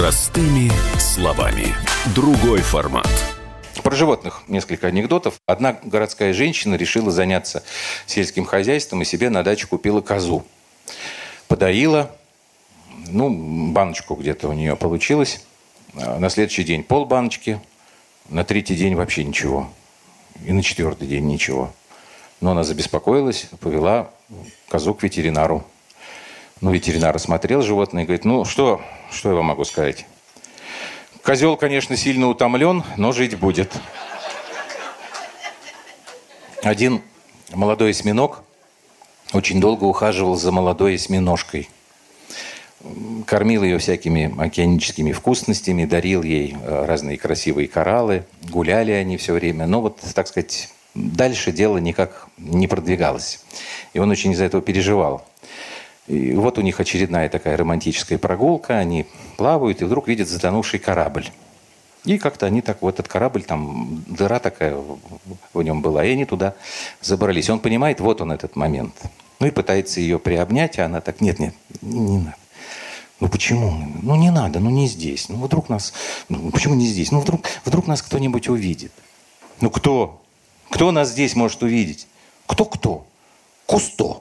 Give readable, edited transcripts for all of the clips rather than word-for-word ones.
Простыми словами. Другой формат. Про животных несколько анекдотов. Одна городская женщина решила заняться сельским хозяйством и себе на дачу купила козу. Подоила, баночку где-то у нее получилось. На следующий день полбаночки, на третий день вообще ничего. И на четвертый день ничего. Но она забеспокоилась, повела козу к ветеринару. Ветеринар осмотрел животное и говорит, что я вам могу сказать? Козел, конечно, сильно утомлен, но жить будет. Один молодой осьминог очень долго ухаживал за молодой осьминожкой. Кормил ее всякими океаническими вкусностями, дарил ей разные красивые кораллы. Гуляли они все время. Но так сказать, дальше дело никак не продвигалось. И он очень из-за этого переживал. И вот у них очередная такая романтическая прогулка. Они плавают и вдруг видят затонувший корабль. И как-то они так в этот корабль, там дыра такая в нем была, и они туда забрались. Он понимает, вот он этот момент. И пытается ее приобнять, а она так, нет, не надо. Почему? Не надо, не здесь. Вдруг нас... почему не здесь? Вдруг нас кто-нибудь увидит. Кто? Кто нас здесь может увидеть? Кто? Кусто.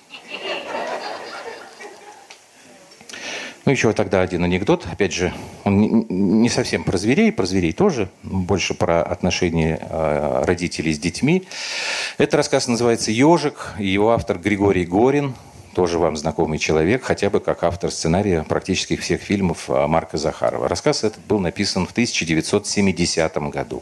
Еще тогда один анекдот. Опять же, он не совсем про зверей тоже, больше про отношения родителей с детьми. Этот рассказ называется «Ежик», и его автор Григорий Горин, тоже вам знакомый человек, хотя бы как автор сценария практически всех фильмов Марка Захарова. Рассказ этот был написан в 1970 году.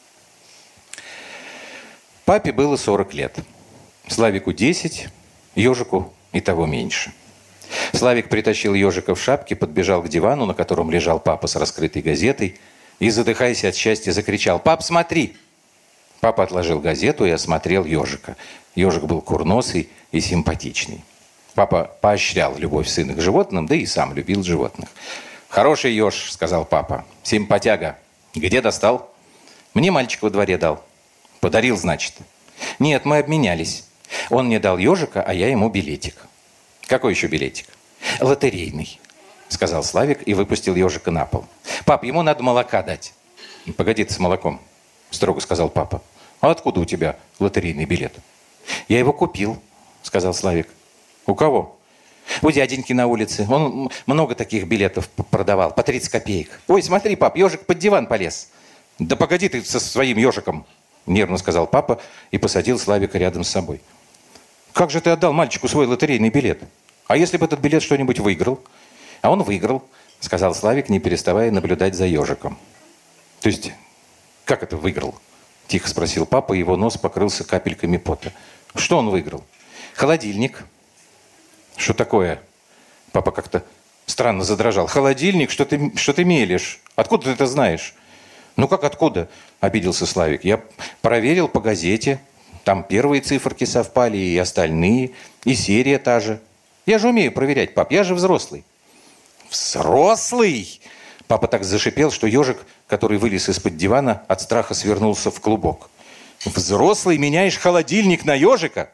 Папе было 40 лет, Славику 10, ежику и того меньше. Славик притащил ежика в шапке, подбежал к дивану, на котором лежал папа с раскрытой газетой, и, задыхаясь от счастья, закричал: «Пап, смотри!» Папа отложил газету и осмотрел ежика. Ежик был курносый и симпатичный. Папа поощрял любовь сына к животным, да и сам любил животных. «Хороший еж», — сказал папа. «Симпатяга. Где достал?» «Мне мальчик во дворе дал». «Подарил, значит?» «Нет, мы обменялись. Он мне дал ежика, а я ему билетик». «Какой еще билетик?» «Лотерейный», — сказал Славик и выпустил ежика на пол. «Пап, ему надо молока дать». «Погоди ты с молоком», — строго сказал папа. «А откуда у тебя лотерейный билет?» «Я его купил», — сказал Славик. «У кого?» «У дяденьки на улице. Он много таких билетов продавал, по 30 копеек. Ой, смотри, пап, ежик под диван полез». «Да погоди ты со своим ежиком», — нервно сказал папа и посадил Славика рядом с собой. «Как же ты отдал мальчику свой лотерейный билет? А если бы этот билет что-нибудь выиграл?» «А он выиграл», — сказал Славик, не переставая наблюдать за ежиком. «То есть, как это выиграл?» — тихо спросил папа, и его нос покрылся капельками пота. «Что он выиграл?» «Холодильник». «Что такое?» Папа как-то странно задрожал. «Холодильник? Что ты мелешь? Откуда ты это знаешь?» «Как откуда?» — обиделся Славик. «Я проверил по газете. Там первые циферки совпали, и остальные, и серия та же. Я же умею проверять, пап, я же взрослый». «Взрослый?» Папа так зашипел, что ежик, который вылез из-под дивана, от страха свернулся в клубок. «Взрослый меняешь холодильник на ежика?»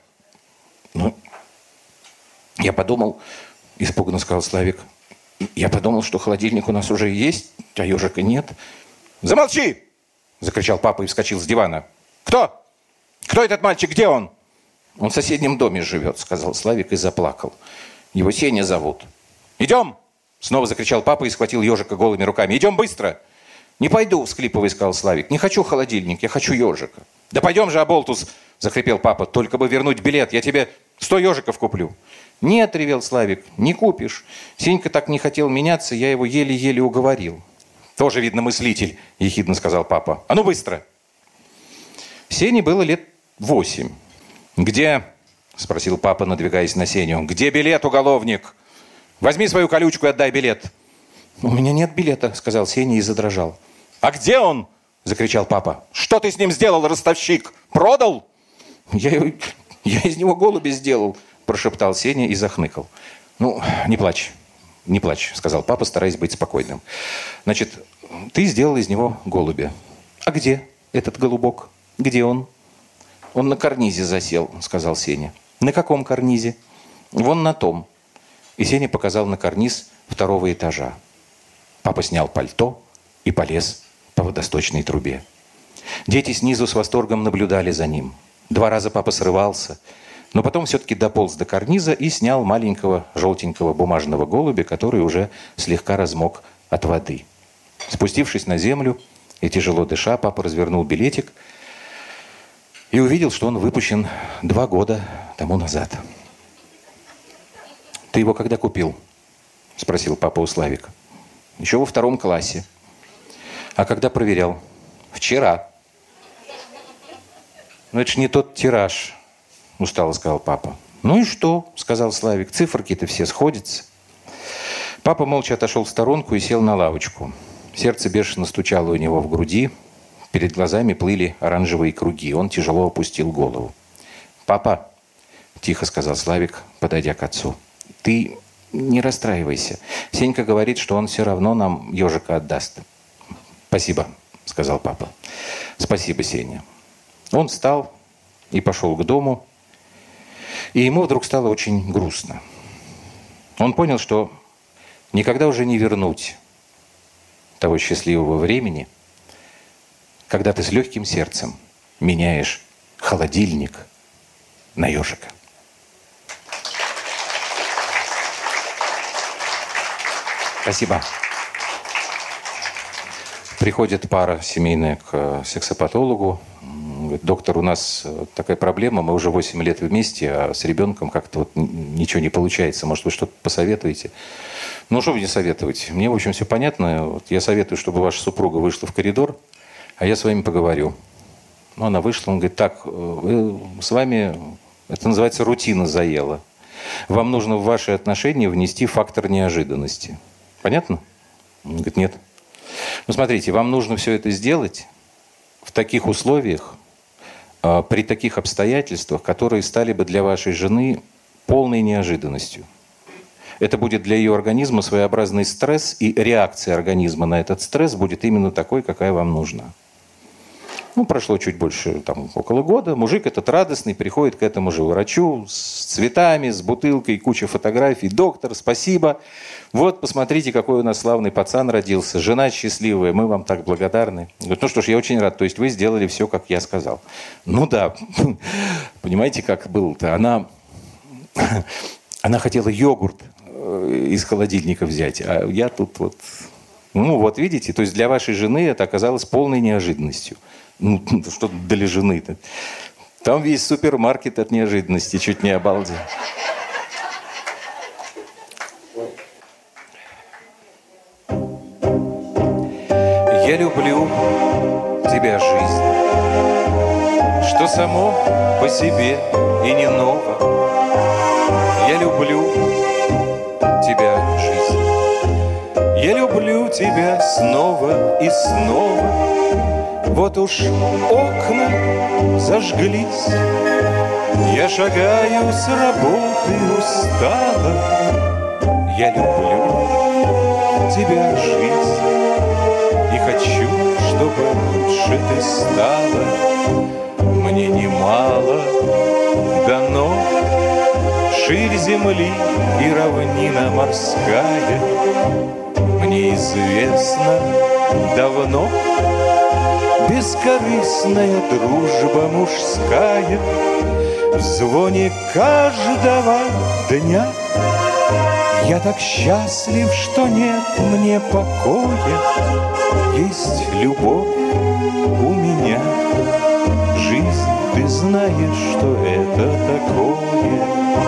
«Я подумал», — испуганно сказал Славик, «я подумал, что холодильник у нас уже есть, а ежика нет». «Замолчи!» — закричал папа и вскочил с дивана. «Кто? Кто этот мальчик? Где он?» «Он в соседнем доме живет», — сказал Славик и заплакал. «Его Сеня зовут». «Идем!» — снова закричал папа и схватил ежика голыми руками. «Идем быстро!» «Не пойду», — всхлипывая сказал Славик. «Не хочу холодильник, я хочу ежика». «Да пойдем же, оболтус!» — захрипел папа. «Только бы вернуть билет, я тебе 100 ежиков куплю». «Нет», — ревел Славик, — «не купишь. Сенька так не хотел меняться, я его еле-еле уговорил». «Тоже, видно, мыслитель», — ехидно сказал папа. «А ну быстро!» Сене было лет 8. «Где?» — спросил папа, надвигаясь на Сеню. «Где билет, уголовник? Возьми свою колючку и отдай билет». «У меня нет билета», — сказал Сеня и задрожал. «А где он?» — закричал папа. «Что ты с ним сделал, ростовщик? Продал?» Я из него голубя сделал», — прошептал Сеня и захныкал. «Не плачь, не плачь», — сказал папа, стараясь быть спокойным. «Значит, ты сделал из него голубя. А где этот голубок? Где он?» «Он на карнизе засел», — сказал Сеня. «На каком карнизе?» «Вон на том». И Сеня показал на карниз 2-го этажа. Папа снял пальто и полез по водосточной трубе. Дети снизу с восторгом наблюдали за ним. 2 раза папа срывался, но потом все-таки дополз до карниза и снял маленького желтенького бумажного голубя, который уже слегка размок от воды. Спустившись на землю и тяжело дыша, папа развернул билетик и увидел, что он выпущен 2 года тому назад. «Ты его когда купил?» – спросил папа у Славика. «Еще во 2 классе». «А когда проверял?» «Вчера». «Ну, это ж не тот тираж», – устало сказал папа. «Ну и что?» – сказал Славик. «Циферки-то все сходятся». Папа молча отошел в сторонку и сел на лавочку. Сердце бешено стучало у него в груди. Перед глазами плыли оранжевые круги. Он тяжело опустил голову. «Папа», – тихо сказал Славик, подойдя к отцу, – «ты не расстраивайся. Сенька говорит, что он все равно нам ежика отдаст». «Спасибо», – сказал папа. «Спасибо, Сеня». Он встал и пошел к дому, и ему вдруг стало очень грустно. Он понял, что никогда уже не вернуть того счастливого времени, когда ты с легким сердцем меняешь холодильник на ежика. Спасибо. Приходит пара семейная к сексопатологу. Говорит: доктор, у нас такая проблема, мы уже 8 лет вместе, а с ребенком как-то вот ничего не получается. Может, вы что-то посоветуете? Ну, что вы не советуете? Мне, в общем, все понятно. Вот я советую, чтобы ваша супруга вышла в коридор, а я с вами поговорю. Ну, она вышла, он говорит: так, с вами, это называется, рутина заела. Вам нужно в ваши отношения внести фактор неожиданности. Понятно? Он говорит: нет. Ну, смотрите, вам нужно все это сделать в таких условиях, при таких обстоятельствах, которые стали бы для вашей жены полной неожиданностью. Это будет для ее организма своеобразный стресс, и реакция организма на этот стресс будет именно такой, какая вам нужна. Ну, прошло чуть больше, около года. Мужик этот радостный приходит к этому же врачу с цветами, с бутылкой, куча фотографий. Доктор, спасибо. Вот, посмотрите, какой у нас славный пацан родился. Жена счастливая, мы вам так благодарны. Говорит: ну что ж, я очень рад. То есть вы сделали все, как я сказал. Ну да, понимаете, как было-то? Она хотела йогурт из холодильника взять, а я тут вот... Ну вот, видите, то есть для вашей жены это оказалось полной неожиданностью. Ну, что для жены-то? Там весь супермаркет от неожиданности чуть не обалдел. Я люблю тебя, жизнь, что само по себе и не ново. Я люблю тебя, жизнь. Я люблю тебя снова и снова. Вот уж окна зажглись, я шагаю с работы устало. Я люблю тебя, жизнь, и хочу, чтобы лучше ты стала. Мне немало дано, ширь земли и равнина морская. Мне известно давно бескорыстная дружба мужская. В звоне каждого дня я так счастлив, что нет мне покоя. Есть любовь у меня, жизнь, ты знаешь, что это такое.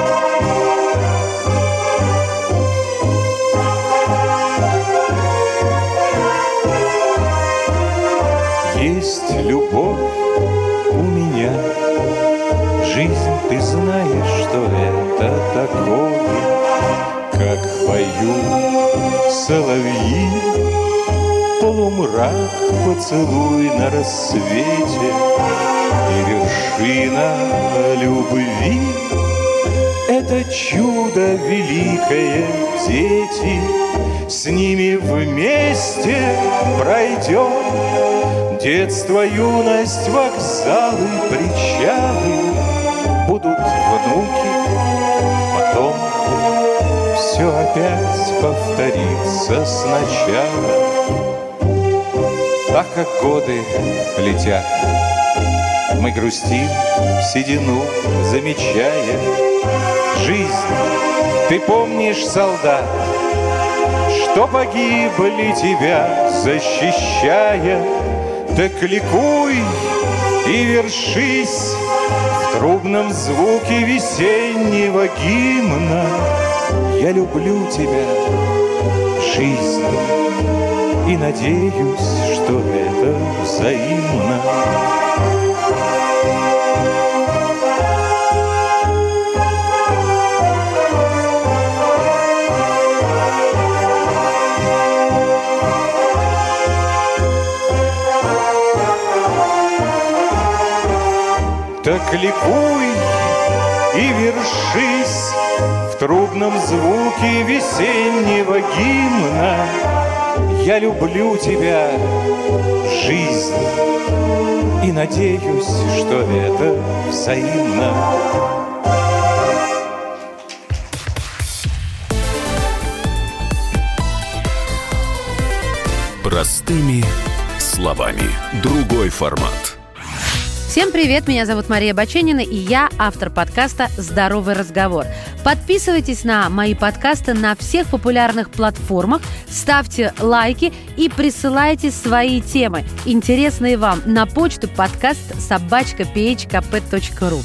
Есть любовь у меня, жизнь, ты знаешь, что это такое. Как поют соловьи, полумрак, поцелуй на рассвете, и вершина любви — это чудо великое, дети. С ними вместе пройдем детство, юность, вокзалы, причалы. Будут внуки, потом все все опять повторится сначала. Ах, как годы летят, мы грустим в седину, замечая жизнь. Ты помнишь, солдат, что погибли тебя защищая? Так ликуй и вершись в трубном звуке весеннего гимна. Я люблю тебя, жизнь, и надеюсь, что это взаимно. Так ликуй и вершись в трубном звуке весеннего гимна. Я люблю тебя, жизнь, и надеюсь, что это взаимно. Простыми словами. Другой формат. Всем привет, меня зовут Мария Баченина, и я автор подкаста «Здоровый разговор». Подписывайтесь на мои подкасты на всех популярных платформах, ставьте лайки и присылайте свои темы, интересные вам, на почту podcast@phkp.ru.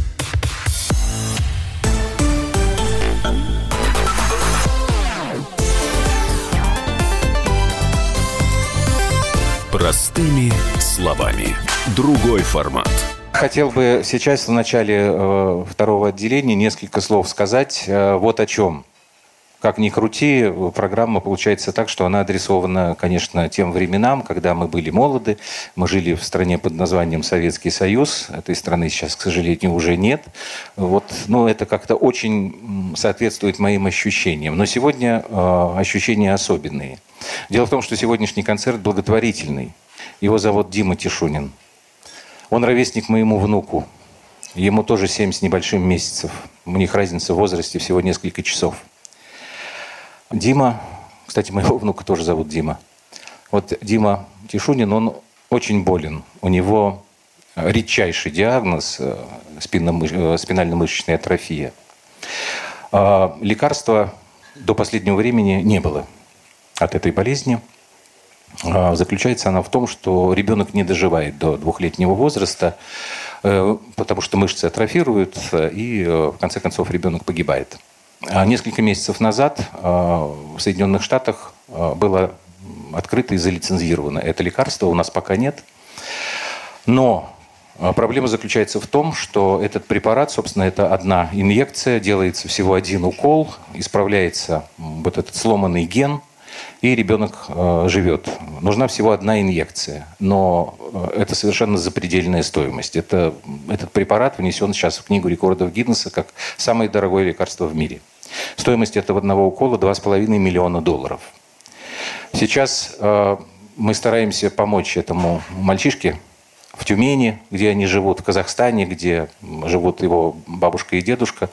Простыми словами. Другой формат. Хотел бы сейчас в начале второго отделения несколько слов сказать вот о чем. Как ни крути, программа получается так, что она адресована, конечно, тем временам, когда мы были молоды. Мы жили в стране под названием Советский Союз. Этой страны сейчас, к сожалению, уже нет. Это как-то очень соответствует моим ощущениям. Но сегодня ощущения особенные. Дело в том, что сегодняшний концерт благотворительный. Его зовут Дима Тишунин. Он ровесник моему внуку. Ему тоже 7 с небольшим месяцев. У них разница в возрасте всего несколько часов. Дима, кстати, моего внука тоже зовут Дима. Вот Дима Тишунин, он очень болен. У него редчайший диагноз спинально-мышечная атрофия. Лекарства до последнего времени не было от этой болезни. Заключается она в том, что ребенок не доживает до 2-летнего возраста, потому что мышцы атрофируют, и в конце концов ребенок погибает. Несколько месяцев назад в Соединенных Штатах было открыто и залицензировано это лекарство, у нас пока нет. Но проблема заключается в том, что этот препарат, собственно, это одна инъекция, делается всего один укол, исправляется вот этот сломанный ген, и ребенок живет. Нужна всего одна инъекция, но это совершенно запредельная стоимость. Этот препарат внесен сейчас в Книгу рекордов Гиннесса как самое дорогое лекарство в мире. Стоимость этого одного укола $2,5 миллиона. Сейчас мы стараемся помочь этому мальчишке в Тюмени, где они живут, в Казахстане, где живут его бабушка и дедушка.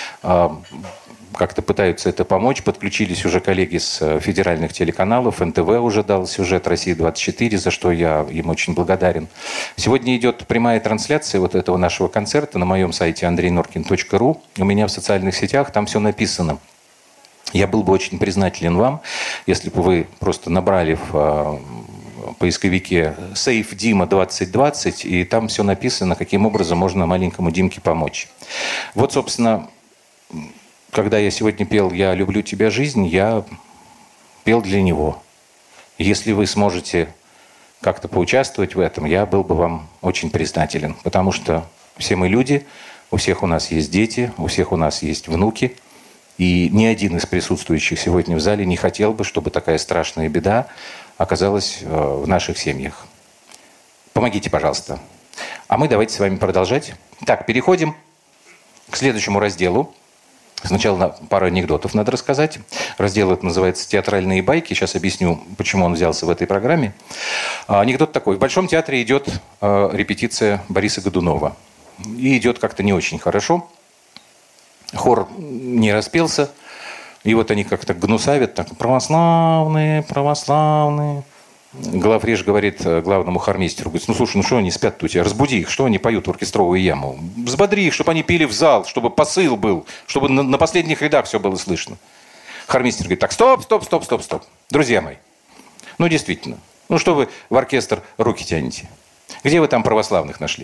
Как-то пытаются это помочь. Подключились уже коллеги с федеральных телеканалов. НТВ уже дал сюжет, «Россия-24», за что я им очень благодарен. Сегодня идет прямая трансляция вот этого нашего концерта на моем сайте andreynorkin.ru. У меня в социальных сетях там все написано. Я был бы очень признателен вам, если бы вы просто набрали в поисковике «Сейф Дима 2020», и там все написано, каким образом можно маленькому Димке помочь. Вот, собственно, когда я сегодня пел «Я люблю тебя, жизнь», я пел для него. Если вы сможете как-то поучаствовать в этом, я был бы вам очень признателен. Потому что все мы люди, у всех у нас есть дети, у всех у нас есть внуки. И ни один из присутствующих сегодня в зале не хотел бы, чтобы такая страшная беда оказалась в наших семьях. Помогите, пожалуйста. А мы давайте с вами продолжать. Так, переходим к следующему разделу. Сначала пару анекдотов надо рассказать. Раздел это называется «Театральные байки». Сейчас объясню, почему он взялся в этой программе. Анекдот такой. В Большом театре идет репетиция Бориса Годунова. И идет как-то не очень хорошо. Хор не распелся. И вот они как-то гнусавят, так, православные, православные. Главреж говорит главному хормейстеру, говорит, ну слушай, ну что они спят-то у тебя, разбуди их, что они поют в оркестровую яму? Взбодри их, чтобы они пели в зал, чтобы посыл был, чтобы на последних рядах все было слышно. Хормейстер говорит, так, стоп. Друзья мои, ну действительно, ну что вы в оркестр руки тянете? Где вы там православных нашли?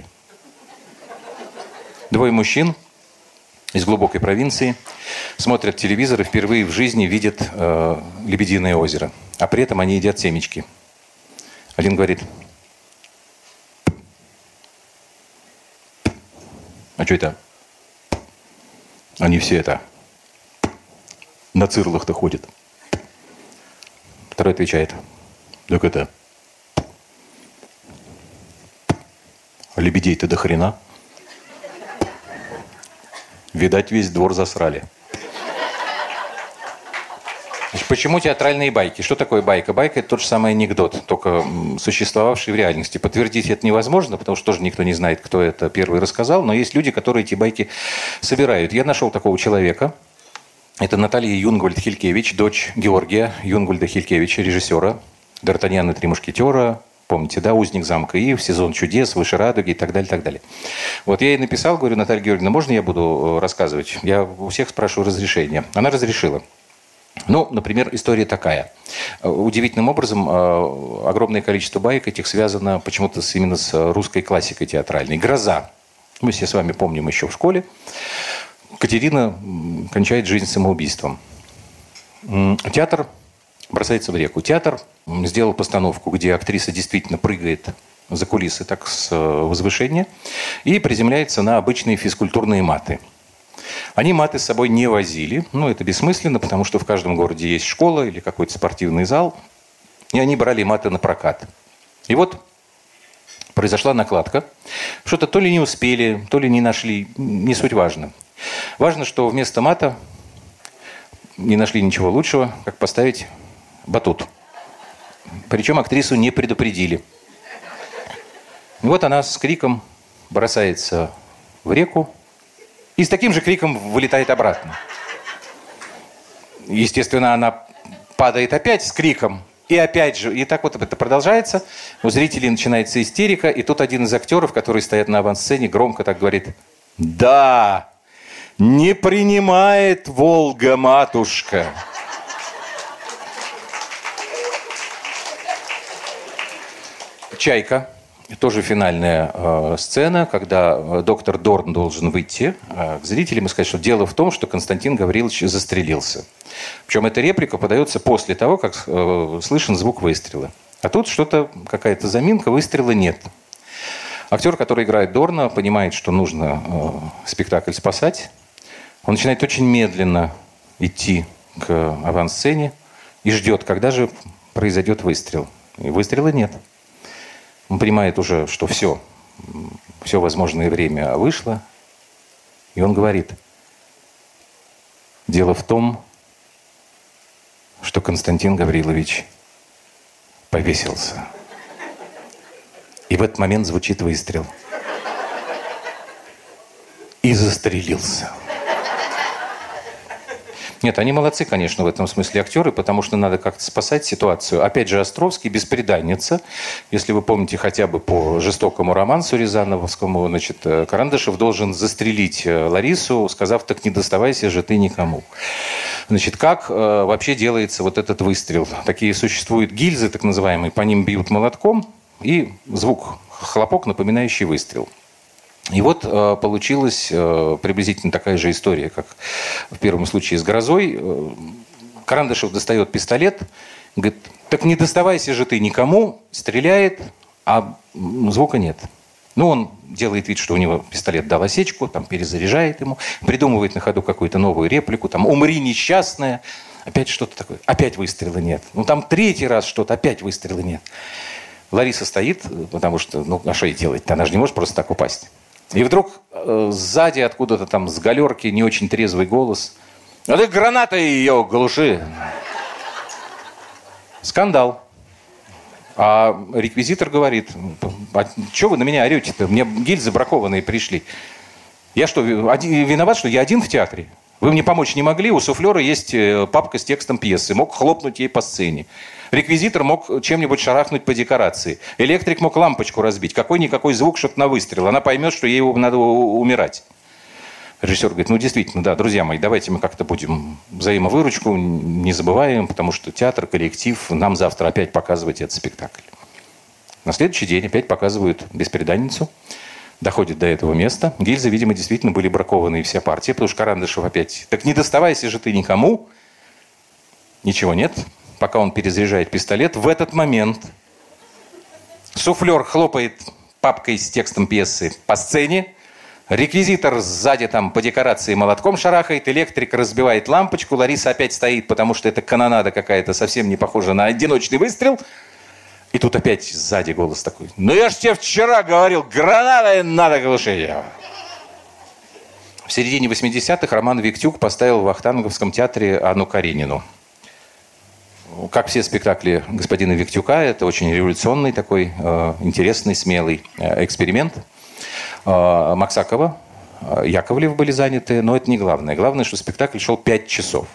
Двое мужчин из глубокой провинции смотрят телевизор и впервые в жизни видят Лебединое озеро. А при этом они едят семечки. Один говорит, а что это? Они все это на цирлах-то ходят. Второй отвечает, так это лебедей-то до хрена. Видать, весь двор засрали. Значит, почему театральные байки? Что такое байка? Байка – это тот же самый анекдот, только существовавший в реальности. Подтвердить это невозможно, потому что тоже никто не знает, кто это первый рассказал, но есть люди, которые эти байки собирают. Я нашел такого человека. Это Наталья Юнгвальд-Хилькевич, дочь Георгия Юнгвальда-Хилькевича, режиссера «Д'Артаньян и три мушкетера». Помните, да, «Узник замка Ив», «Сезон чудес», «Выше радуги» и так далее, так далее. Вот я ей написал, говорю, Наталья Георгиевна, можно я буду рассказывать? Я у всех спрашиваю разрешения. Она разрешила. Ну, например, история такая. Удивительным образом огромное количество баек этих связано почему-то именно с русской классикой театральной. «Гроза». Мы все с вами помним еще в школе. Катерина кончает жизнь самоубийством. Театр бросается в реку. Театр сделал постановку, где актриса действительно прыгает за кулисы так с возвышения и приземляется на обычные физкультурные маты. Они маты с собой не возили. Ну, это бессмысленно, потому что в каждом городе есть школа или какой-то спортивный зал. И они брали маты на прокат. И вот произошла накладка. Что-то то ли не успели, то ли не нашли. Не суть важно. Важно, что вместо мата не нашли ничего лучшего, как поставить батут. Причем актрису не предупредили. И вот она с криком бросается в реку и с таким же криком вылетает обратно. Естественно, она падает опять с криком. И опять же, и так вот это продолжается. У зрителей начинается истерика. И тут один из актеров, которые стоят на авансцене, громко так говорит: «Да, не принимает Волга-матушка». «Чайка». Тоже финальная сцена, когда доктор Дорн должен выйти к зрителям и сказать, что дело в том, что Константин Гаврилович застрелился. Причем эта реплика подается после того, как слышен звук выстрела. А тут что-то, какая-то заминка, выстрела нет. Актер, который играет Дорна, понимает, что нужно спектакль спасать. Он начинает очень медленно идти к авансцене и ждет, когда же произойдет выстрел. И выстрела нет. Он понимает уже, что все возможное время вышло. И он говорит: дело в том, что Константин Гаврилович повесился. И в этот момент звучит выстрел. И застрелился. Нет, они молодцы, конечно, в этом смысле актеры, потому что надо как-то спасать ситуацию. Опять же, Островский, бесприданница. Если вы помните хотя бы по жестокому романсу рязановскому, значит, Карандашев должен застрелить Ларису, сказав: так не доставайся же ты никому. Значит, как вообще делается вот этот выстрел? Такие существуют гильзы, так называемые, по ним бьют молотком, и звук, хлопок, напоминающий выстрел. И вот получилась приблизительно такая же история, как в первом случае с «Грозой». Карандашев достает пистолет, говорит: так не доставайся же ты никому, стреляет, а звука нет. Ну, он делает вид, что у него пистолет дал осечку, там перезаряжает ему, придумывает на ходу какую-то новую реплику, там «умри, несчастная», опять что-то такое, опять выстрела нет. Ну, там третий раз что-то, опять выстрела нет. Лариса стоит, потому что, ну, а что ей делать-то? Она же не может просто так упасть. И вдруг сзади откуда-то там с галерки не очень трезвый голос: «А ты гранатой ее глуши!» Скандал. А реквизитор говорит: а что вы на меня орете-то? Мне гильзы бракованные пришли. Я что, виноват, что я один в театре? Вы мне помочь не могли, у суфлера есть папка с текстом пьесы. Мог хлопнуть ей по сцене. Реквизитор мог чем-нибудь шарахнуть по декорации. Электрик мог лампочку разбить. Какой-никакой звук, что-то на выстрел. Она поймет, что ей надо умирать. Режиссер говорит, ну действительно, да, друзья мои, давайте мы как-то будем взаимовыручку, не забываем, потому что театр, коллектив, нам завтра опять показывать этот спектакль. На следующий день опять показывают «Бесприданницу». Доходит до этого места. Гильзы, видимо, действительно были бракованы и вся партия, потому что Карандышев опять... Так не доставайся же ты никому. Ничего нет. Пока он перезаряжает пистолет, в этот момент суфлер хлопает папкой с текстом пьесы по сцене. Реквизитор сзади там по декорации молотком шарахает, электрик разбивает лампочку, Лариса опять стоит, потому что это канонада какая-то, совсем не похожа на одиночный выстрел. И тут опять сзади голос такой, ну я ж тебе вчера говорил, гранатой надо глушить. В середине 80-х Роман Виктюк поставил в Вахтанговском театре Анну Каренину. Как все спектакли господина Виктюка, это очень революционный такой, интересный, смелый эксперимент. Максакова, Яковлев были заняты, но это не главное. Главное, что спектакль шел 5 часов.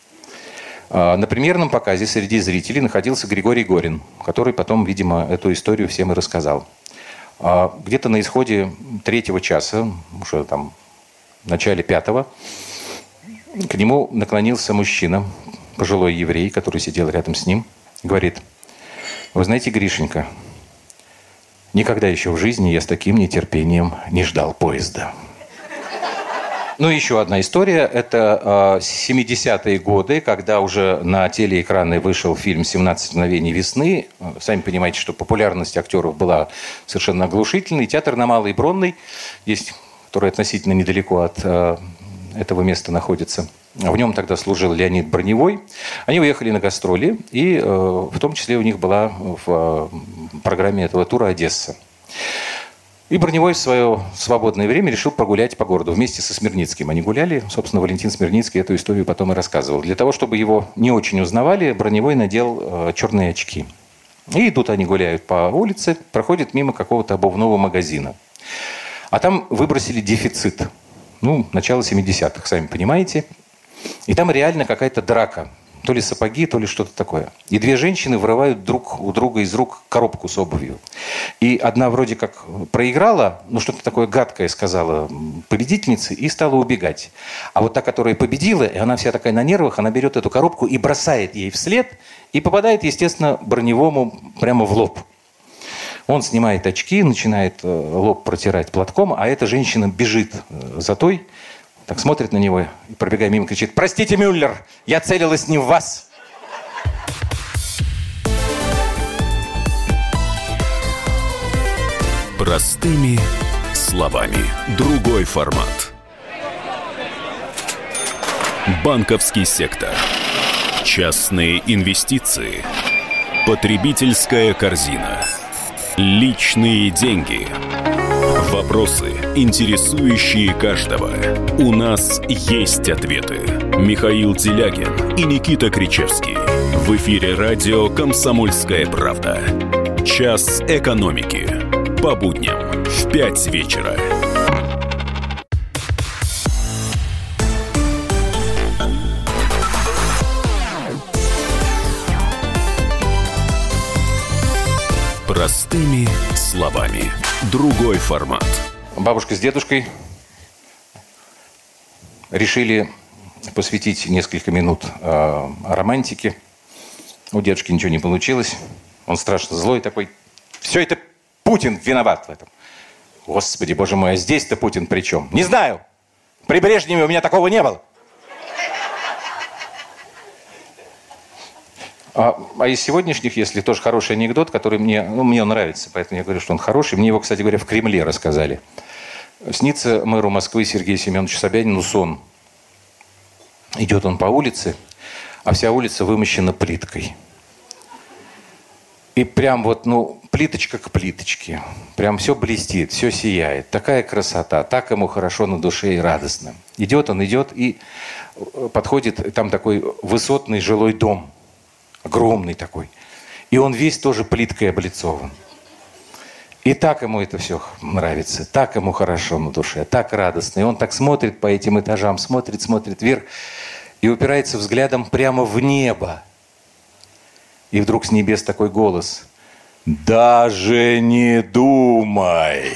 На премьерном показе среди зрителей находился Григорий Горин, который потом, видимо, эту историю всем и рассказал. Где-то на исходе 3-го часа, уже там в начале 5-го, к нему наклонился мужчина, пожилой еврей, который сидел рядом с ним, говорит, вы знаете, Гришенька, никогда еще в жизни я с таким нетерпением не ждал поезда. Ну, еще одна история. Это 70-е годы, когда уже на телеэкраны вышел фильм «17 мгновений весны». Сами понимаете, что популярность актеров была совершенно оглушительной. Театр на Малой Бронной, есть, который относительно недалеко от этого места находится. В нем тогда служил Леонид Броневой. Они уехали на гастроли, и в том числе у них была в программе этого тура Одесса. И Броневой в свое свободное время решил погулять по городу вместе со Смирницким. Они гуляли, собственно, Валентин Смирницкий эту историю потом и рассказывал. Для того, чтобы его не очень узнавали, Броневой надел черные очки. И идут они, гуляют по улице, проходят мимо какого-то обувного магазина. А там выбросили дефицит. Ну, начало 70-х, сами понимаете. И там реально какая-то драка. То ли сапоги, то ли что-то такое. И 2 женщины вырывают друг у друга из рук коробку с обувью. И одна вроде как проиграла, ну что-то такое гадкое сказала победительнице и стала убегать. А вот та, которая победила, и она вся такая на нервах, она берет эту коробку и бросает ей вслед, и попадает, естественно, Броневому прямо в лоб. Он снимает очки, начинает лоб протирать платком, а эта женщина бежит за той, так смотрит на него и, пробегая мимо, кричит: «Простите, Мюллер, я целилась не в вас!» Простыми словами. Другой формат. Банковский сектор. Частные инвестиции. Потребительская корзина. Личные деньги. Вопросы, интересующие каждого. У нас есть ответы. Михаил Делягин и Никита Кричевский. В эфире радио «Комсомольская правда». Час экономики. По будням в 5 вечера. Простыми словами. Другой формат. Бабушка с дедушкой решили посвятить несколько минут романтике. У дедушки ничего не получилось. Он страшно злой такой. Все это Путин виноват в этом. Господи, боже мой, а здесь-то Путин при чем? Не знаю. При Брежневе у меня такого не было. А из сегодняшних, если тоже хороший анекдот, который мне он нравится, поэтому я говорю, что он хороший. Мне его, кстати говоря, в Кремле рассказали. Снится мэру Москвы Сергею Семеновичу Собянину сон. Идет он по улице, а вся улица вымощена плиткой. И прям вот, плиточка к плиточке. Прям все блестит, все сияет. Такая красота, так ему хорошо на душе и радостно. Идет он, и подходит, там такой высотный жилой дом. Огромный такой. И он весь тоже плиткой облицован. И так ему это все нравится, так ему хорошо на душе, так радостно. И он так смотрит по этим этажам, смотрит вверх и упирается взглядом прямо в небо. И вдруг с небес такой голос: «Даже не думай!»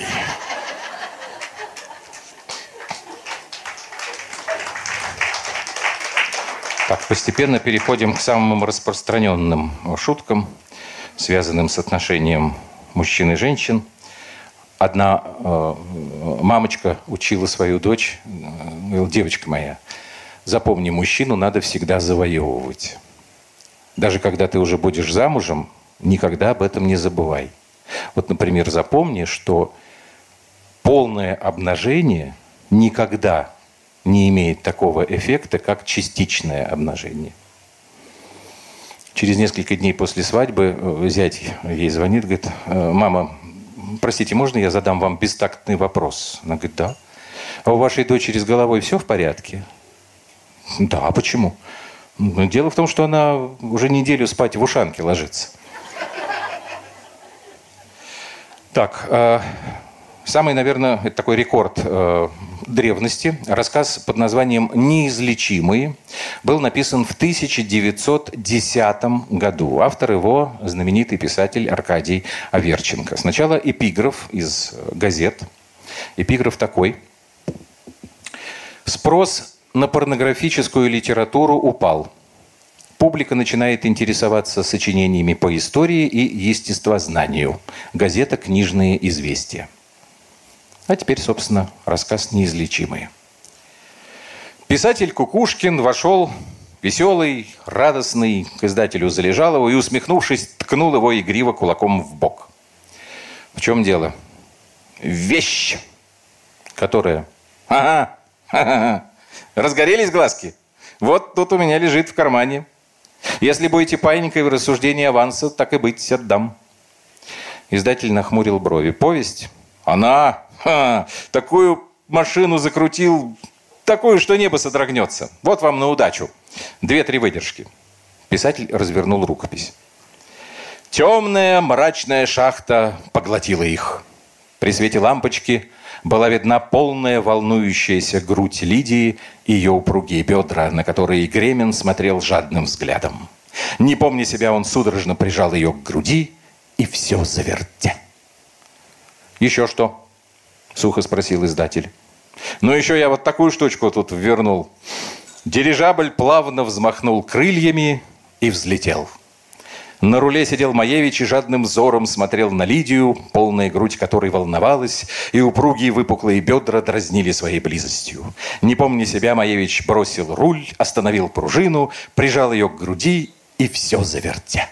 Так, постепенно переходим к самым распространенным шуткам, связанным с отношением мужчин и женщин. Одна мамочка учила свою дочь, говорила: девочка моя, запомни, мужчину надо всегда завоевывать. Даже когда ты уже будешь замужем, никогда об этом не забывай. Вот, например, запомни, что полное обнажение никогда не имеет такого эффекта, как частичное обнажение. Через несколько дней после свадьбы зять ей звонит, говорит: мама, простите, можно я задам вам бестактный вопрос? Она говорит: да. А у вашей дочери с головой все в порядке? Да, а почему? Дело в том, что она уже неделю спать в ушанке ложится. Так, самый, наверное, это такой рекорд древности. Рассказ под названием «Неизлечимые» был написан в 1910 году. Автор его — знаменитый писатель Аркадий Аверченко. Сначала эпиграф из газет. Эпиграф такой: «Спрос на порнографическую литературу упал. Публика начинает интересоваться сочинениями по истории и естествознанию. Газета «Книжные известия». А теперь, собственно, рассказ «Неизлечимые». Писатель Кукушкин вошел веселый, радостный к издателю Залежалову и, усмехнувшись, ткнул его игриво кулаком в бок. В чем дело? Вещь, которая... Ага, разгорелись глазки? Вот тут у меня лежит в кармане. Если будете паинькой в рассуждении аванса, так и быть, отдам. Издатель нахмурил брови. Повесть? Она... такую машину закрутил, такую, что небо содрогнется. Вот вам на удачу. 2-3 выдержки. Писатель развернул рукопись. Темная мрачная шахта поглотила их. При свете лампочки была видна полная волнующаяся грудь Лидии и ее упругие бедра, на которые Гремин смотрел жадным взглядом. Не помня себя, он судорожно прижал ее к груди и все завертя. «Еще что?» — сухо спросил издатель. «Ну, еще я вот такую штучку тут ввернул». Дирижабль плавно взмахнул крыльями и взлетел. На руле сидел Маевич и жадным взором смотрел на Лидию, полная грудь которой волновалась, и упругие выпуклые бедра дразнили своей близостью. Не помня себя, Маевич бросил руль, остановил пружину, прижал ее к груди и все завертя.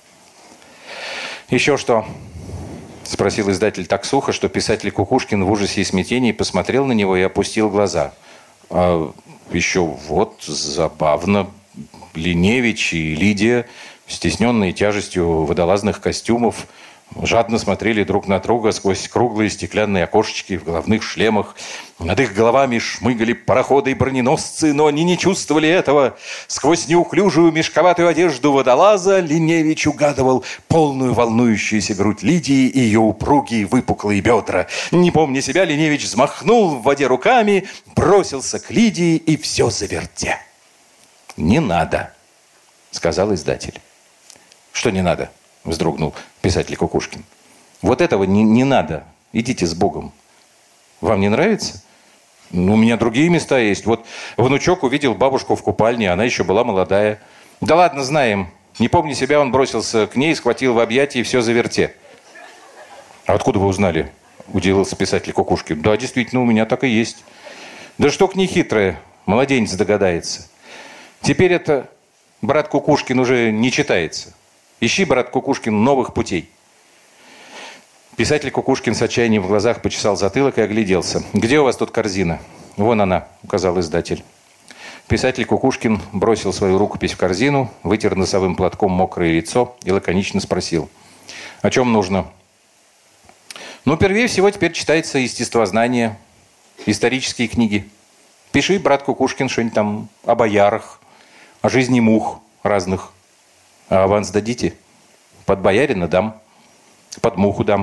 «Еще что?» — спросил издатель так сухо, что писатель Кукушкин в ужасе и смятении посмотрел на него и опустил глаза. «А еще вот забавно. Линевич и Лидия, стесненные тяжестью водолазных костюмов, жадно смотрели друг на друга сквозь круглые стеклянные окошечки в головных шлемах. Над их головами шмыгали пароходы и броненосцы, но они не чувствовали этого. Сквозь неуклюжую мешковатую одежду водолаза Линевич угадывал полную волнующуюся грудь Лидии и ее упругие выпуклые бедра. Не помня себя, Линевич взмахнул в воде руками, бросился к Лидии и все завертя. «Не надо», — сказал издатель. «Что не надо?» — вздрогнул писатель Кукушкин. «Вот этого не надо. Идите с Богом. Вам не нравится? Ну, у меня другие места есть. Вот внучок увидел бабушку в купальне, она еще была молодая. Да ладно, знаем. Не помня себя, он бросился к ней, схватил в объятия и все заверте». «А откуда вы узнали?» — удивился писатель Кукушкин. «Да, действительно, у меня так и есть». «Да штука нехитрая. Младенец догадается. Теперь это, брат Кукушкин, уже не читается. Ищи, брат Кукушкин, новых путей». Писатель Кукушкин с отчаянием в глазах почесал затылок и огляделся. «Где у вас тут корзина?» «Вон она», — указал издатель. Писатель Кукушкин бросил свою рукопись в корзину, вытер носовым платком мокрое лицо и лаконично спросил: «О чем нужно?» «Ну, первее всего теперь читается естествознание, исторические книги. Пиши, брат Кукушкин, что-нибудь там о боярах, о жизни мух разных. А аванс дадите? Под боярина дам, под муху дам.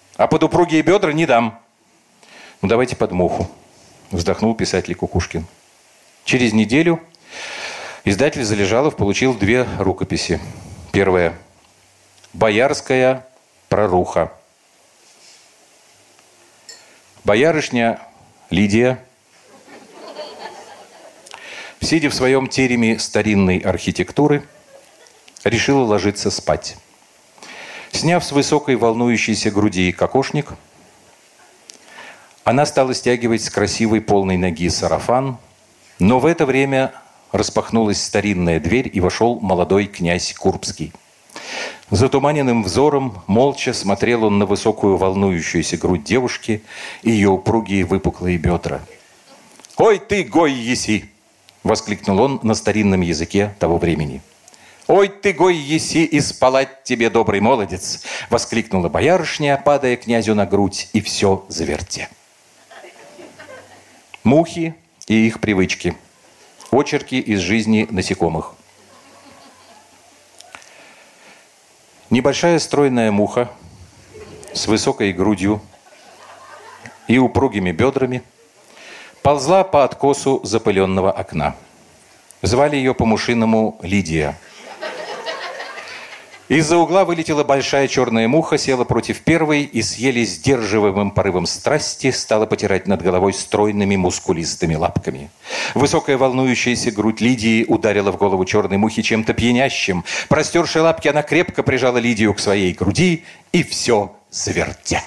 А под упругие бедра не дам. Ну, давайте под муху, вздохнул писатель Кукушкин. Через неделю издатель Залежалов получил 2 рукописи. Первая – «Боярская проруха». Боярышня Лидия, сидя в своем тереме старинной архитектуры, решила ложиться спать. Сняв с высокой волнующейся груди кокошник, она стала стягивать с красивой полной ноги сарафан, но в это время распахнулась старинная дверь, и вошел молодой князь Курбский. Затуманенным взором молча смотрел он на высокую волнующуюся грудь девушки и ее упругие выпуклые бедра. «Ой ты, гой еси!» – воскликнул он на старинном языке того времени. «Ой ты, гой еси, и спалать тебе, добрый молодец!» – воскликнула боярышня, падая князю на грудь, и все завертя. Мухи и их привычки. Очерки из жизни насекомых. Небольшая стройная муха с высокой грудью и упругими бедрами ползла по откосу запыленного окна. Звали ее по-мушиному Лидия. Из-за угла вылетела большая черная муха, села против первой и с еле сдерживаемым порывом страсти стала потирать над головой стройными мускулистыми лапками. Высокая волнующаяся грудь Лидии ударила в голову черной мухи чем-то пьянящим. Простерши лапки, она крепко прижала Лидию к своей груди, и все завертя.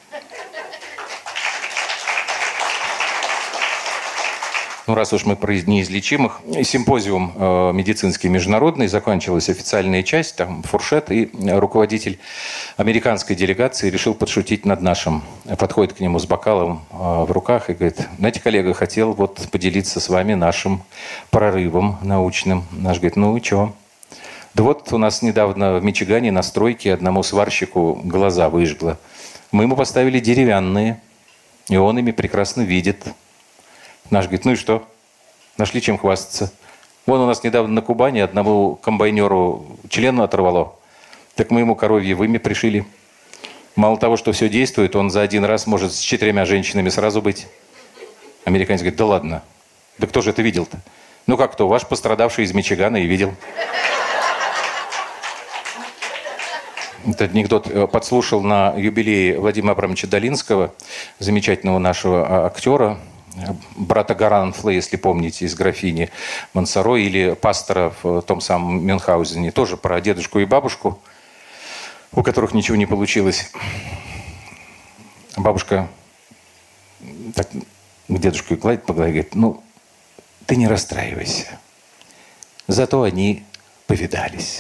Ну, раз уж мы про неизлечимых, симпозиум медицинский международный, закончилась официальная часть, там фуршет, и руководитель американской делегации решил подшутить над нашим. Подходит к нему с бокалом в руках и говорит: знаете, коллега, хотел вот поделиться с вами нашим прорывом научным. Наш говорит: ну и что? Да вот у нас недавно в Мичигане на стройке одному сварщику глаза выжгло. Мы ему поставили деревянные, и он ими прекрасно видит. Наш говорит: ну и что? Нашли чем хвастаться. Вон у нас недавно на Кубани одному комбайнеру член оторвало. Так мы ему коровье вымя пришили. Мало того, что все действует, он за один раз может с 4 женщинами сразу быть. Американец говорит: да ладно. Да кто же это видел-то? Ну как кто? Ваш пострадавший из Мичигана и видел. Этот анекдот подслушал на юбилее Владимира Абрамовича Долинского, замечательного нашего актера, брата Гаранфла, если помните, из «Графини Монсоро», или пастора в том самом Мюнхгаузене, тоже про дедушку и бабушку, у которых ничего не получилось. Бабушка так к дедушке гладит по голове и говорит: ну, ты не расстраивайся, зато они повидались.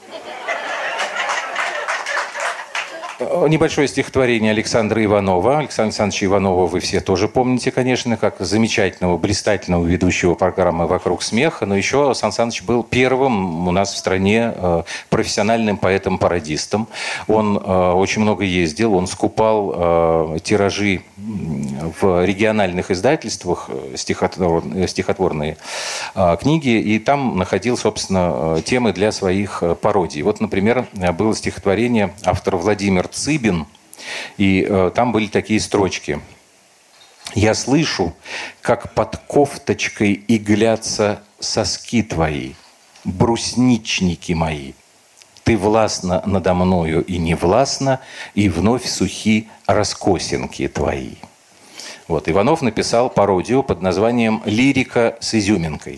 Небольшое стихотворение Александра Иванова. Александра Александровича Иванова вы все тоже помните, конечно, как замечательного, блистательного ведущего программы «Вокруг смеха». Но еще Сан Саныч был первым у нас в стране профессиональным поэтом-пародистом. Он очень много ездил, он скупал тиражи в региональных издательствах, стихотворные книги, и там находил, собственно, темы для своих пародий. Вот, например, было стихотворение автора Владимир Цыбин, и там были такие строчки. «Я слышу, как под кофточкой иглятся соски твои, брусничники мои. Ты властна надо мною и не властна, и вновь сухи раскосинки твои». Вот, Иванов написал пародию под названием «Лирика с изюминкой».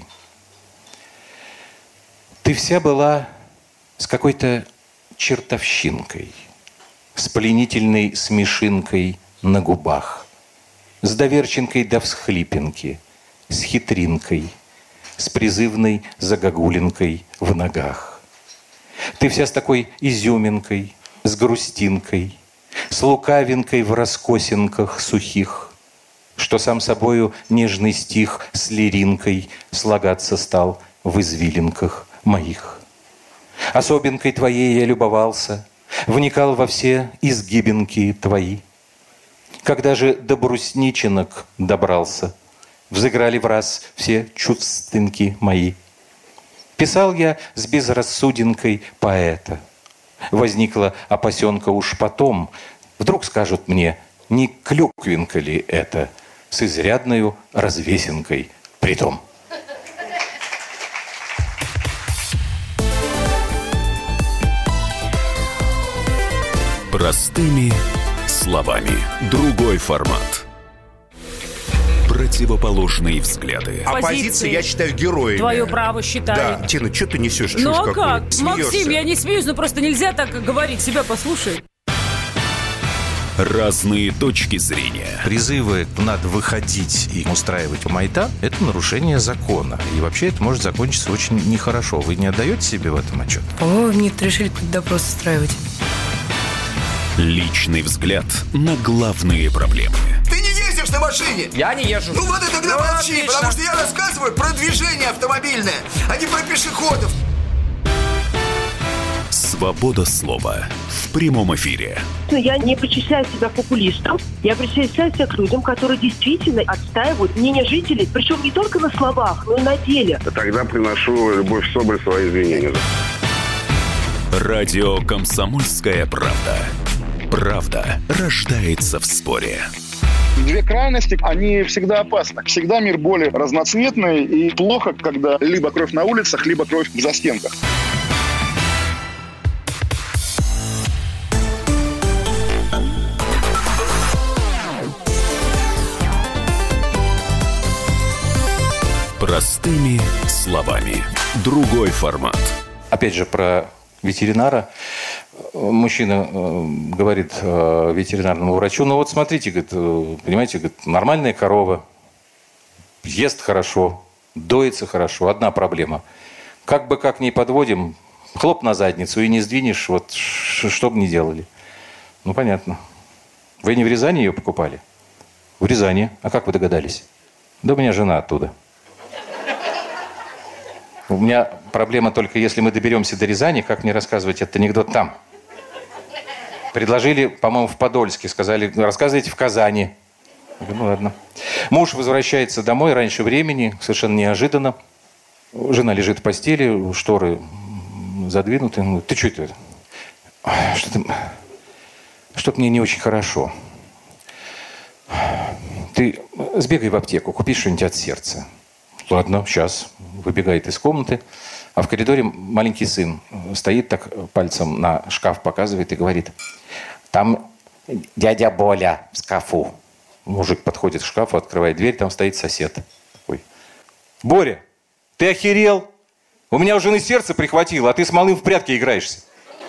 Ты вся была с какой-то чертовщинкой, с пленительной смешинкой на губах, с доверчинкой до всхлипинки, с хитринкой, с призывной загогулинкой в ногах. Ты вся с такой изюминкой, с грустинкой, с лукавинкой в раскосинках сухих, что сам собою нежный стих с лиринкой слагаться стал в извилинках моих. Особенкой твоей я любовался, вникал во все изгибинки твои. Когда же до брусничинок добрался, взыграли враз все чувственки мои. Писал я с безрассудинкой поэта. Возникла опасенка уж потом, Вдруг скажут мне, не клюквинка ли это с изрядною развесинкой притом. Простыми словами. Другой формат. Противоположные взгляды. Оппозиция, я считаю, героями. Твое право считаю. Да, Тина, что ты несешь? Ну а какую? как? Смеешься. Максим, я не смеюсь, но просто нельзя так говорить. Себя послушай. Разные точки зрения. Призывы «надо выходить и устраивать майдан» – это нарушение закона. И вообще это может закончиться очень нехорошо. Вы не отдаете себе в этом отчет? О, нет, решили какой-то допрос устраивать. Личный взгляд на главные проблемы. Ты не ездишь на машине? Я не езжу. Ну вот и тогда молчи, отлично. потому что я рассказываю про движение автомобильное, а не про пешеходов. Свобода слова в прямом эфире. Я не причисляю себя популистом. Я причисляю себя к людям, которые действительно отстаивают мнение жителей. Причем не только на словах, но и на деле. Тогда приношу Любовь Соболь свои извинения. Радио «Комсомольская правда». Правда рождается в споре. Две крайности, они всегда опасны. Всегда мир более разноцветный, и плохо, когда либо кровь на улицах, либо кровь в застенках. Простыми словами. Другой формат. Опять же, про ветеринара. Мужчина говорит ветеринарному врачу, ну вот смотрите, говорит, понимаете, говорит, нормальная корова, ест хорошо, доится хорошо. Одна проблема. Как бы как ни подводим, хлоп на задницу и не сдвинешь, вот что бы ни делали. Ну, понятно. Вы не в Рязани ее покупали? В Рязани. А как вы догадались? Да у меня жена оттуда. У меня проблема только, если мы доберемся до Рязани, как мне рассказывать этот анекдот там? Предложили, по-моему, в Подольске. Сказали, рассказывайте в Казани. Я говорю, ну ладно. Муж возвращается домой раньше времени, совершенно неожиданно. Жена лежит в постели, шторы задвинуты. Он говорит, ты что это? Что-то мне не очень хорошо. Ты сбегай в аптеку, купи что-нибудь от сердца. Ладно, сейчас. Выбегает из комнаты. А в коридоре маленький сын стоит так, пальцем на шкаф показывает и говорит, там дядя Боля в шкафу. Мужик подходит к шкафу, открывает дверь, там стоит сосед. Такой, Боря, ты охерел? У меня у жены сердце прихватило, а ты с малым в прятки играешься.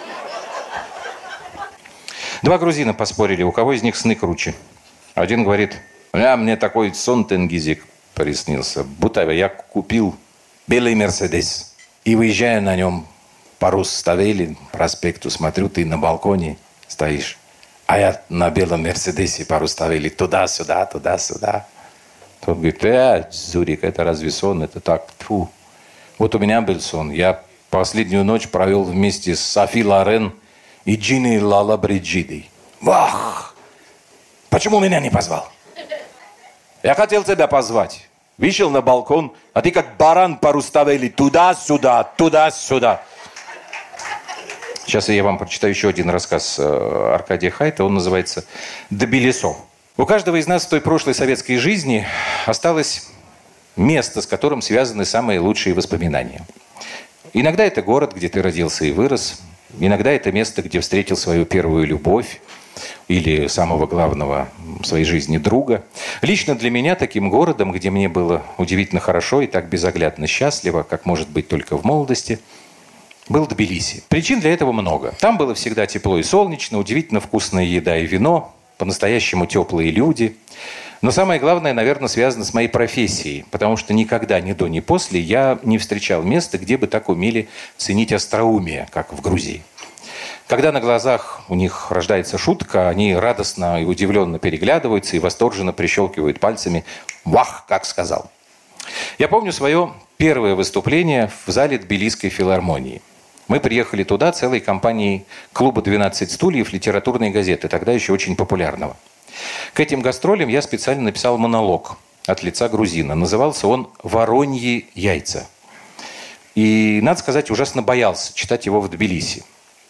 Два грузина поспорили, у кого из них сны круче. Один говорит, мне такой сон тенгизик приснился, будто я купил белый Мерседес. И выезжая на нем по Руставели, проспекту, смотрю, ты на балконе стоишь. А я на белом Мерседесе по Руставели туда-сюда, туда-сюда. Тот говорит, Зурик, это разве сон? Это так, фу. Вот у меня был сон. Я последнюю ночь провел вместе с Софи Лорен и Джинни Лала Бриджидой. Вах! Почему меня не позвал? Я хотел тебя позвать. Вышел на балкон, а ты как баран по Руставели туда-сюда, туда-сюда. Сейчас я вам прочитаю еще один рассказ Аркадия Хайта. Он называется «Тбилисо». У каждого из нас в той прошлой советской жизни осталось место, с которым связаны самые лучшие воспоминания. Иногда это город, где ты родился и вырос. Иногда это место, где встретил свою первую любовь. Или самого главного в своей жизни друга. Лично для меня таким городом, где мне было удивительно хорошо и так безоглядно счастливо, как может быть только в молодости, был Тбилиси. Причин для этого много. Там было всегда тепло и солнечно, удивительно вкусная еда и вино, по-настоящему теплые люди. Но самое главное, наверное, связано с моей профессией, потому что никогда, ни до, ни после, я не встречал места, где бы так умели ценить остроумие, как в Грузии. Когда на глазах у них рождается шутка, они радостно и удивленно переглядываются и восторженно прищелкивают пальцами. Вах, как сказал. Я помню свое первое выступление в зале Тбилисской филармонии. Мы приехали туда целой компанией клуба «12 стульев» литературной газеты, тогда еще очень популярного. К этим гастролям я специально написал монолог от лица грузина. Назывался он «Вороньи яйца». И, надо сказать, ужасно боялся читать его в Тбилиси.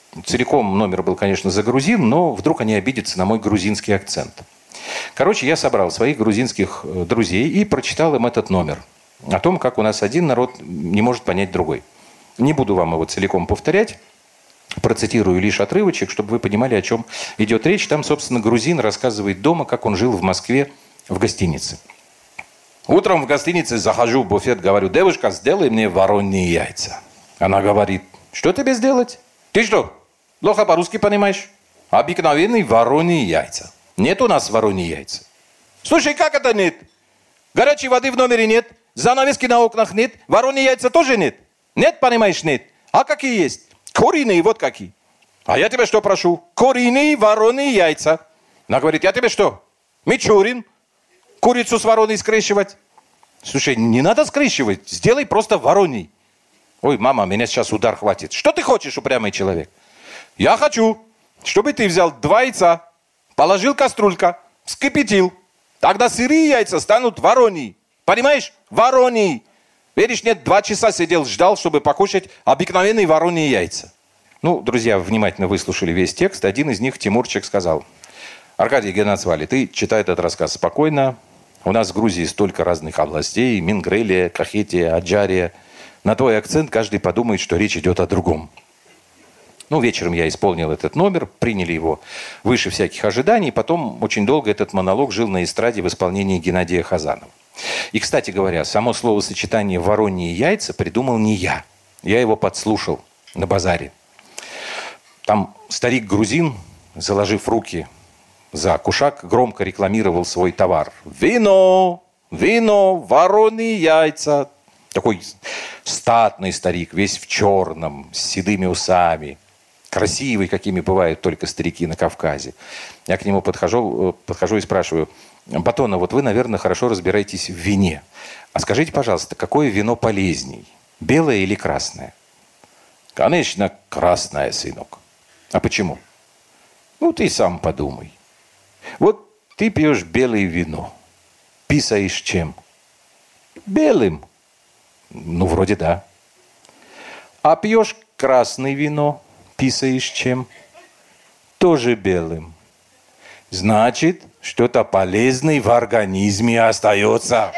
Целиком номер был, конечно, за грузин, но вдруг они обидятся на мой грузинский акцент. Короче, я собрал своих грузинских друзей и прочитал им этот номер. О том, как у нас один народ не может понять другой. Не буду вам его целиком повторять. Процитирую лишь отрывочек, чтобы вы понимали, о чем идет речь. Там, собственно, грузин рассказывает дома, как он жил в Москве в гостинице. Утром в гостинице захожу в буфет, говорю: девушка, сделай мне вороньи яйца. Она говорит: что тебе сделать? Ты что, плохо по-русски понимаешь? Обыкновенные вороньи яйца. Нет у нас вороньи яйца. Слушай, как это нет? Горячей воды в номере нет, занавески на окнах нет, вороньи яйца тоже нет. Нет, понимаешь, нет. А какие есть? Куриные, вот какие. А я тебя что прошу? Куриные вороньи яйца. Она говорит: я тебе что, Мичурин? Курицу с вороной скрещивать? Слушай, не надо скрещивать, сделай просто вороньи. Ой, мама, меня сейчас удар хватит. Что ты хочешь, упрямый человек? Я хочу, чтобы ты взял 2 яйца, положил кастрюлька, вскипятил. Тогда сырые яйца станут вороньи. Понимаешь? Вороньи. Веришь, нет, 2 часа сидел, ждал, чтобы покушать обыкновенные вороньи яйца. Ну, друзья, внимательно выслушали весь текст. Один из них, Тимурчик, сказал: Аркадий Геннадьевич, ты читай этот рассказ спокойно. У нас в Грузии столько разных областей. Мингрелия, Кахетия, Аджария. На твой акцент каждый подумает, что речь идет о другом. Ну, вечером я исполнил этот номер, приняли его выше всяких ожиданий. Потом очень долго этот монолог жил на эстраде в исполнении Геннадия Хазанова. И, кстати говоря, само словосочетание «вороньи яйца» придумал не я. Я его подслушал на базаре. Там старик-грузин, заложив руки за кушак, громко рекламировал свой товар. Вино, вороньи яйца. Такой статный старик, весь в черном, с седыми усами. Красивый, какими бывают только старики на Кавказе. Я к нему подхожу и спрашиваю: Батона, вот вы, наверное, хорошо разбираетесь в вине. А скажите, пожалуйста, какое вино полезней? Белое или красное? Конечно, красное, сынок. А почему? Ну, ты сам подумай. Вот ты пьешь белое вино. Писаешь чем? Белым. Ну, вроде да. А пьешь красное вино, писаешь чем? Тоже белым. Значит, что-то полезное в организме остается.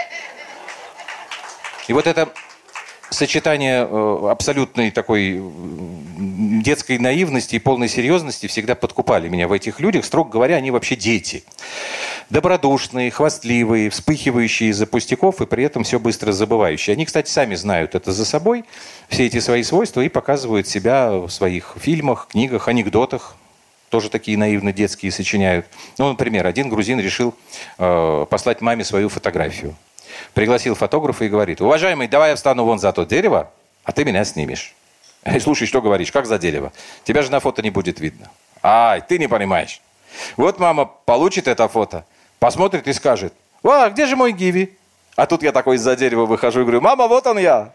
И вот это сочетание абсолютной такой детской наивности и полной серьезности всегда подкупали меня в этих людях. Строго говоря, они вообще дети. Добродушные, хвастливые, вспыхивающие из-за пустяков и при этом все быстро забывающие. Они, кстати, сами знают это за собой, все эти свои свойства, и показывают себя в своих фильмах, книгах, анекдотах. Тоже такие наивно детские сочиняют. Ну, например, один грузин решил послать маме свою фотографию. Пригласил фотографа и говорит: уважаемый, давай я встану вон за то дерево, а ты меня снимешь. Слушай, что говоришь, как за дерево? Тебя же на фото не будет видно. Ай, ты не понимаешь. Вот мама получит это фото, посмотрит и скажет: где же мой Гиви? А тут я такой из-за дерева выхожу и говорю: мама, вот он я.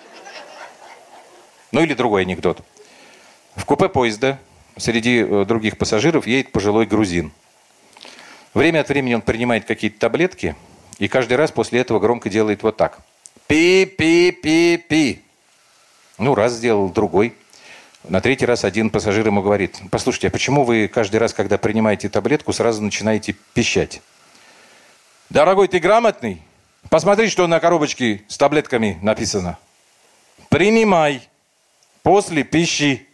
Ну или другой анекдот. В купе поезда среди других пассажиров едет пожилой грузин. Время от времени он принимает какие-то таблетки, и каждый раз после этого громко делает вот так. Пи-пи-пи-пи. Ну, раз сделал, другой. На 3-й раз один пассажир ему говорит: послушайте, а почему вы каждый раз, когда принимаете таблетку, сразу начинаете пищать? Дорогой, ты грамотный? Посмотри, что на коробочке с таблетками написано. Принимай. После пищи.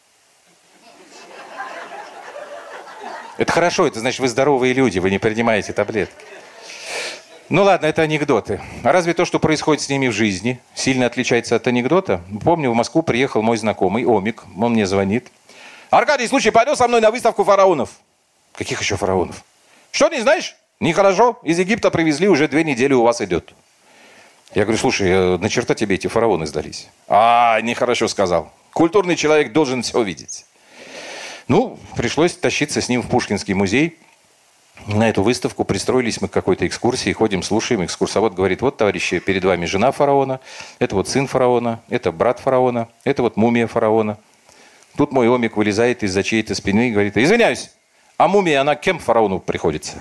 Это хорошо, это значит, вы здоровые люди, вы не принимаете таблетки. Ну ладно, это анекдоты. А разве то, что происходит с ними в жизни, сильно отличается от анекдота? Помню, в Москву приехал мой знакомый, Омик. Он мне звонит. Аркадий, слушай, пойдем со мной на выставку фараонов. Каких еще фараонов? Что, не знаешь? Нехорошо. Из Египта привезли, уже 2 недели у вас идет. Я говорю: слушай, на черта тебе эти фараоны сдались? Нехорошо сказал. Культурный человек должен все видеть. Ну, пришлось тащиться с ним в Пушкинский музей. На эту выставку пристроились мы к какой-то экскурсии, ходим, слушаем. Экскурсовод говорит: вот, товарищи, перед вами жена фараона, это вот сын фараона, это брат фараона, это вот мумия фараона. Тут мой Омик вылезает из-за чьей-то спины и говорит: извиняюсь, а мумия, она кем фараону приходится?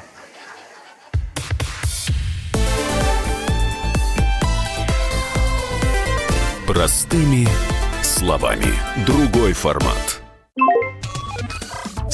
Простыми словами. Другой формат.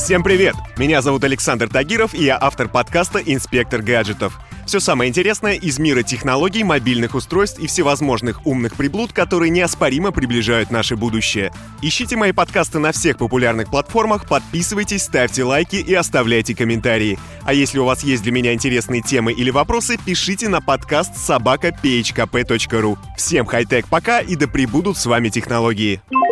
Всем привет! Меня зовут Александр Тагиров, и я автор подкаста «Инспектор гаджетов». Все самое интересное из мира технологий, мобильных устройств и всевозможных умных приблуд, которые неоспоримо приближают наше будущее. Ищите мои подкасты на всех популярных платформах, подписывайтесь, ставьте лайки и оставляйте комментарии. А если у вас есть для меня интересные темы или вопросы, пишите на подкаст @phkp.ru. Всем хай-тек пока, и да пребудут с вами технологии.